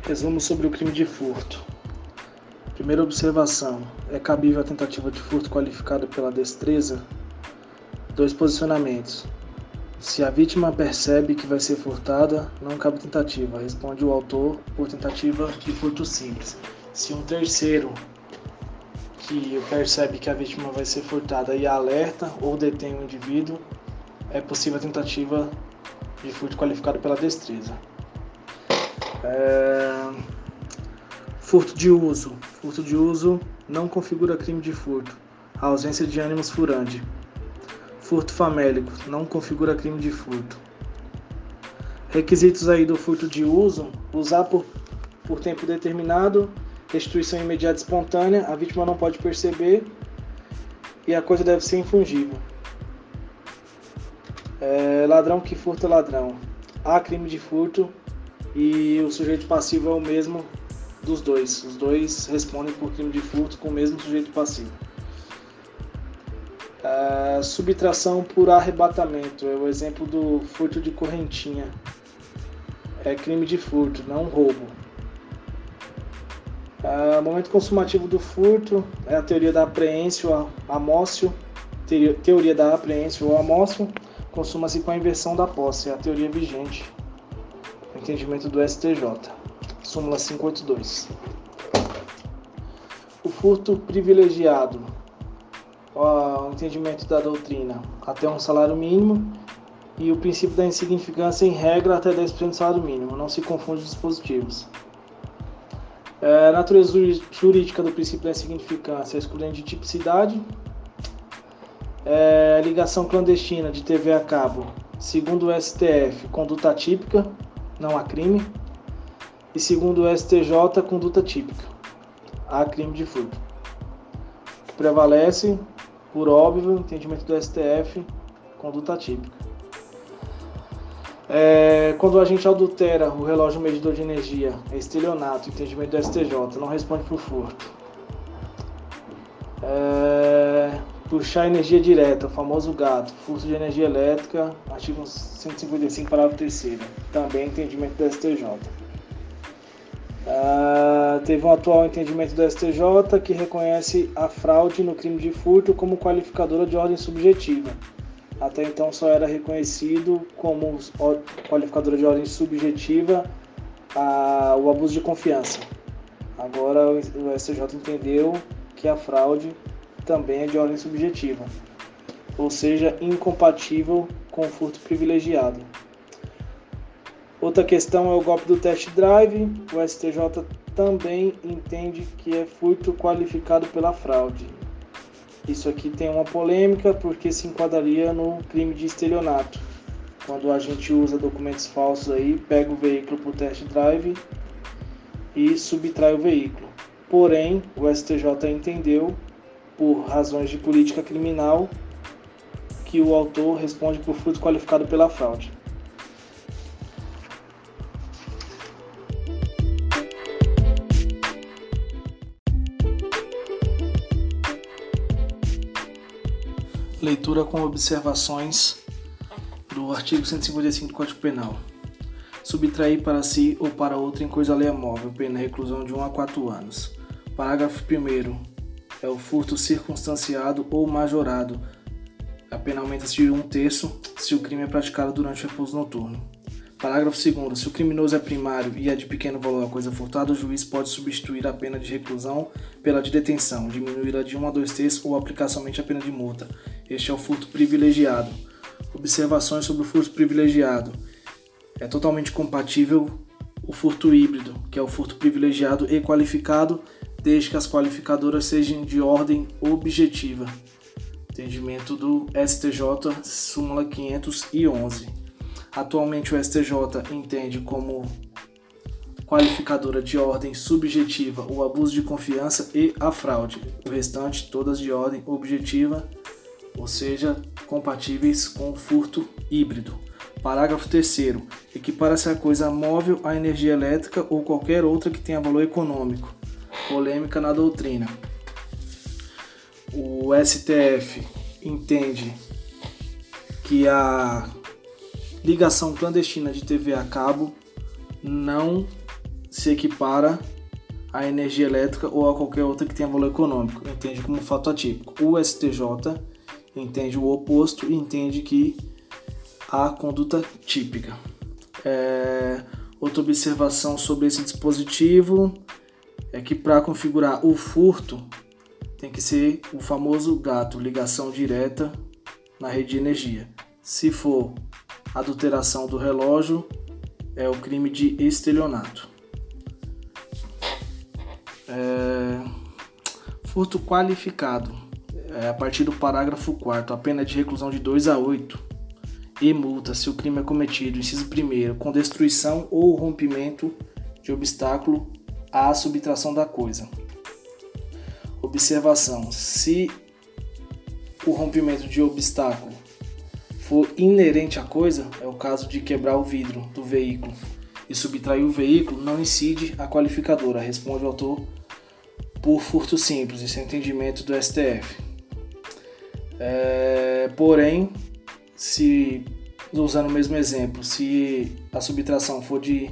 Resumo sobre o crime de furto. Primeira observação: é cabível a tentativa de furto qualificada pela destreza? Dois posicionamentos. Se a vítima percebe que vai ser furtada, não cabe tentativa, responde o autor por tentativa de furto simples. Se um terceiro que percebe que a vítima vai ser furtada e alerta ou detém o indivíduo, é possível a tentativa de furto qualificado pela destreza. Furto de uso. Furto de uso não configura crime de furto. A ausência de ânimos furandi. Furto famélico não configura crime de furto. Requisitos aí do furto de uso: usar por tempo determinado, restituição imediata e espontânea, a vítima não pode perceber e a coisa deve ser infungível. Ladrão que furta ladrão. Há crime de furto e o sujeito passivo é o mesmo dos dois. Os dois respondem por crime de furto com o mesmo sujeito passivo. Subtração por arrebatamento é o exemplo do furto de correntinha. É crime de furto, não roubo. Momento consumativo do furto é a teoria da apreensio ou amócio. Teoria da apreensio ou amócio consuma-se com a inversão da posse, é a teoria vigente, no entendimento do STJ. Súmula 582. O furto privilegiado, o entendimento da doutrina, até um salário mínimo, e o princípio da insignificância em regra até 10% do salário mínimo, não se confunde os dispositivos. A natureza jurídica do princípio da insignificância é excludente de tipicidade. Ligação clandestina de TV a cabo, segundo o STF, conduta atípica, não há crime. E segundo o STJ, conduta típica, há crime de furto. O que prevalece, por óbvio, entendimento do STF, conduta típica. Quando o agente adultera o relógio medidor de energia, é estelionato, entendimento do STJ, não responde por furto. Puxar energia direta, o famoso gato, furto de energia elétrica, artigo 155, parágrafo 3º, também entendimento do STJ. Teve um atual entendimento do STJ que reconhece a fraude no crime de furto como qualificadora de ordem subjetiva. Até então só era reconhecido como qualificadora de ordem subjetiva o abuso de confiança. Agora o STJ entendeu que a fraude também é de ordem subjetiva, ou seja, incompatível com o furto privilegiado. Outra questão é o golpe do test drive. O STJ também entende que é furto qualificado pela fraude. Isso aqui tem uma polêmica porque se enquadraria no crime de estelionato, quando a gente usa documentos falsos aí, pega o veículo para o test drive e subtrai o veículo. Porém, o STJ entendeu, por razões de política criminal, que o autor responde por furto qualificado pela fraude. Leitura com observações do artigo 155 do Código Penal. Subtrair para si ou para outro em coisa alheia móvel, pena reclusão de 1 a 4 anos. Parágrafo 1º. É o furto circunstanciado ou majorado. A pena aumenta-se de 1/3 se o crime é praticado durante o repouso noturno. Parágrafo 2º. Se o criminoso é primário e é de pequeno valor a coisa furtada, o juiz pode substituir a pena de reclusão pela de detenção, diminuí-la de 1 a 2/3 ou aplicar somente a pena de multa. Este é o furto privilegiado. Observações sobre o furto privilegiado. É totalmente compatível o furto híbrido, que é o furto privilegiado e qualificado, desde que as qualificadoras sejam de ordem objetiva. Entendimento do STJ, súmula 511. Atualmente o STJ entende como qualificadora de ordem subjetiva o abuso de confiança e a fraude. O restante, todas de ordem objetiva, ou seja, compatíveis com o furto híbrido. Parágrafo 3º. Equipara-se a coisa móvel à energia elétrica ou qualquer outra que tenha valor econômico. Polêmica na doutrina. O STF entende que a ligação clandestina de TV a cabo não se equipara à energia elétrica ou a qualquer outra que tenha valor econômico. Entende como fato atípico. O STJ entende o oposto e entende que há conduta típica. Outra observação sobre esse dispositivo é que para configurar o furto tem que ser o famoso gato, ligação direta na rede de energia. Se for adulteração do relógio, é o crime de estelionato. Furto qualificado. A partir do parágrafo 4º, a pena é de reclusão de 2 a 8 e multa se o crime é cometido, inciso 1º, com destruição ou rompimento de obstáculo à subtração da coisa. Observação: se o rompimento de obstáculo for inerente à coisa, é o caso de quebrar o vidro do veículo e subtrair o veículo, não incide a qualificadora, responde o autor por furto simples, esse é o entendimento do STF. Porém, se, usando o mesmo exemplo, se a subtração for de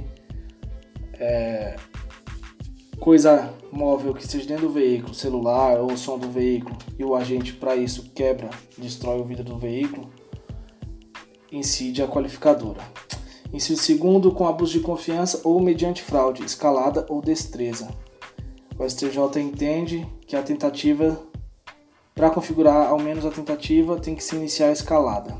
coisa móvel que esteja dentro do veículo, celular ou som do veículo, e o agente para isso quebra, destrói o vidro do veículo, incide a qualificadora. Inciso 2º, com abuso de confiança ou mediante fraude, escalada ou destreza. O STJ entende que a tentativa, para configurar ao menos a tentativa, tem que se iniciar a escalada.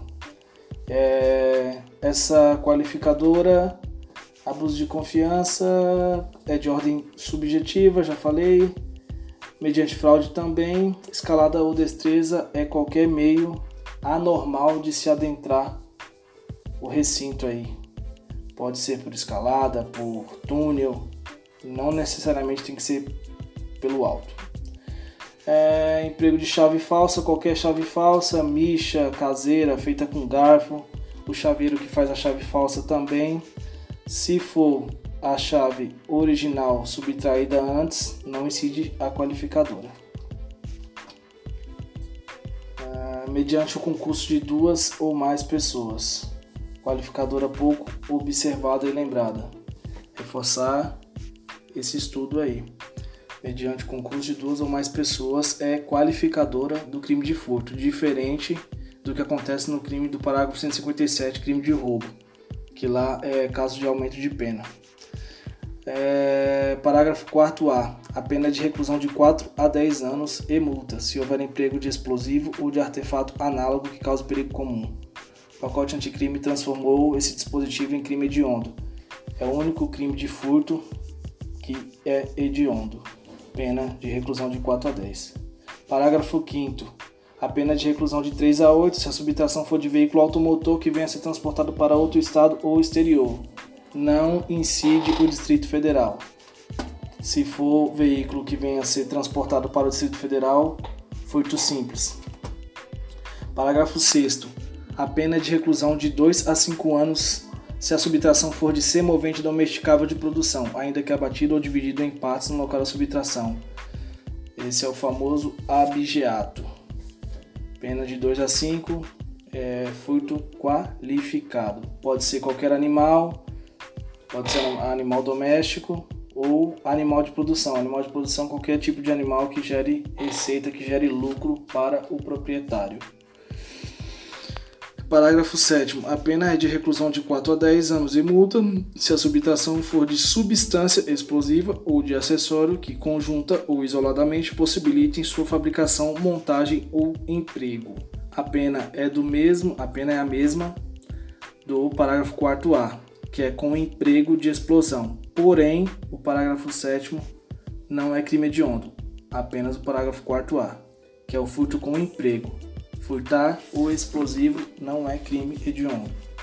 Essa qualificadora, abuso de confiança, é de ordem subjetiva, já falei. Mediante fraude também. Escalada ou destreza é qualquer meio anormal de se adentrar o recinto aí. Pode ser por escalada, por túnel, não necessariamente tem que ser pelo alto. Emprego de chave falsa, qualquer chave falsa, micha, caseira, feita com garfo, o chaveiro que faz a chave falsa também. Se for a chave original subtraída antes, não incide a qualificadora. Mediante o concurso de 2 ou mais pessoas. Qualificadora pouco observada e lembrada. Reforçar esse estudo aí. Mediante concurso de 2 ou mais pessoas é qualificadora do crime de furto, diferente do que acontece no crime do parágrafo 157, crime de roubo, que lá é caso de aumento de pena. Parágrafo 4º. A pena é de reclusão de 4 a 10 anos e multa, se houver emprego de explosivo ou de artefato análogo que cause perigo comum. O pacote anticrime transformou esse dispositivo em crime hediondo. É o único crime de furto que é hediondo. Pena de reclusão de 4 a 10. Parágrafo 5º. A pena é de reclusão de 3 a 8 se a subtração for de veículo automotor que venha a ser transportado para outro estado ou exterior. Não incide o Distrito Federal. Se for veículo que venha a ser transportado para o Distrito Federal, furto simples. Parágrafo 6º. A pena é de reclusão de 2 a 5 anos se a subtração for de semovente domesticável de produção, ainda que abatido ou dividido em partes no local da subtração. Esse é o famoso abigeato. Pena de 2 a 5, furto qualificado. Pode ser qualquer animal, pode ser animal doméstico ou animal de produção. Animal de produção, qualquer tipo de animal que gere receita, que gere lucro para o proprietário. Parágrafo 7º. A pena é de reclusão de 4 a 10 anos e multa se a subtração for de substância explosiva ou de acessório que, conjunta ou isoladamente, possibilitem sua fabricação, montagem ou emprego. A pena é a mesma do parágrafo 4º, que é com emprego de explosão. Porém, o parágrafo 7º não é crime hediondo, apenas o parágrafo 4º, que é o furto com emprego. Furtar o explosivo não é crime hediondo.